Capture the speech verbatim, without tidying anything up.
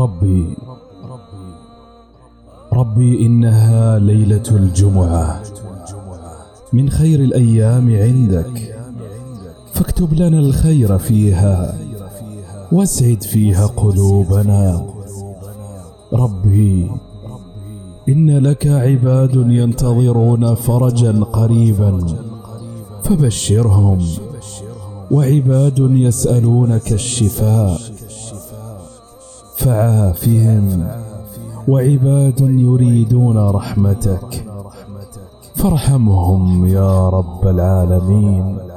ربي ربي إنها ليلة الجمعة من خير الأيام عندك، فاكتب لنا الخير فيها واسعد فيها قلوبنا. ربي إن لك عباد ينتظرون فرجا قريبا فبشرهم، وعباد يسألونك الشفاء فعافهم، وعباد يريدون رحمتك فارحمهم يا رب العالمين.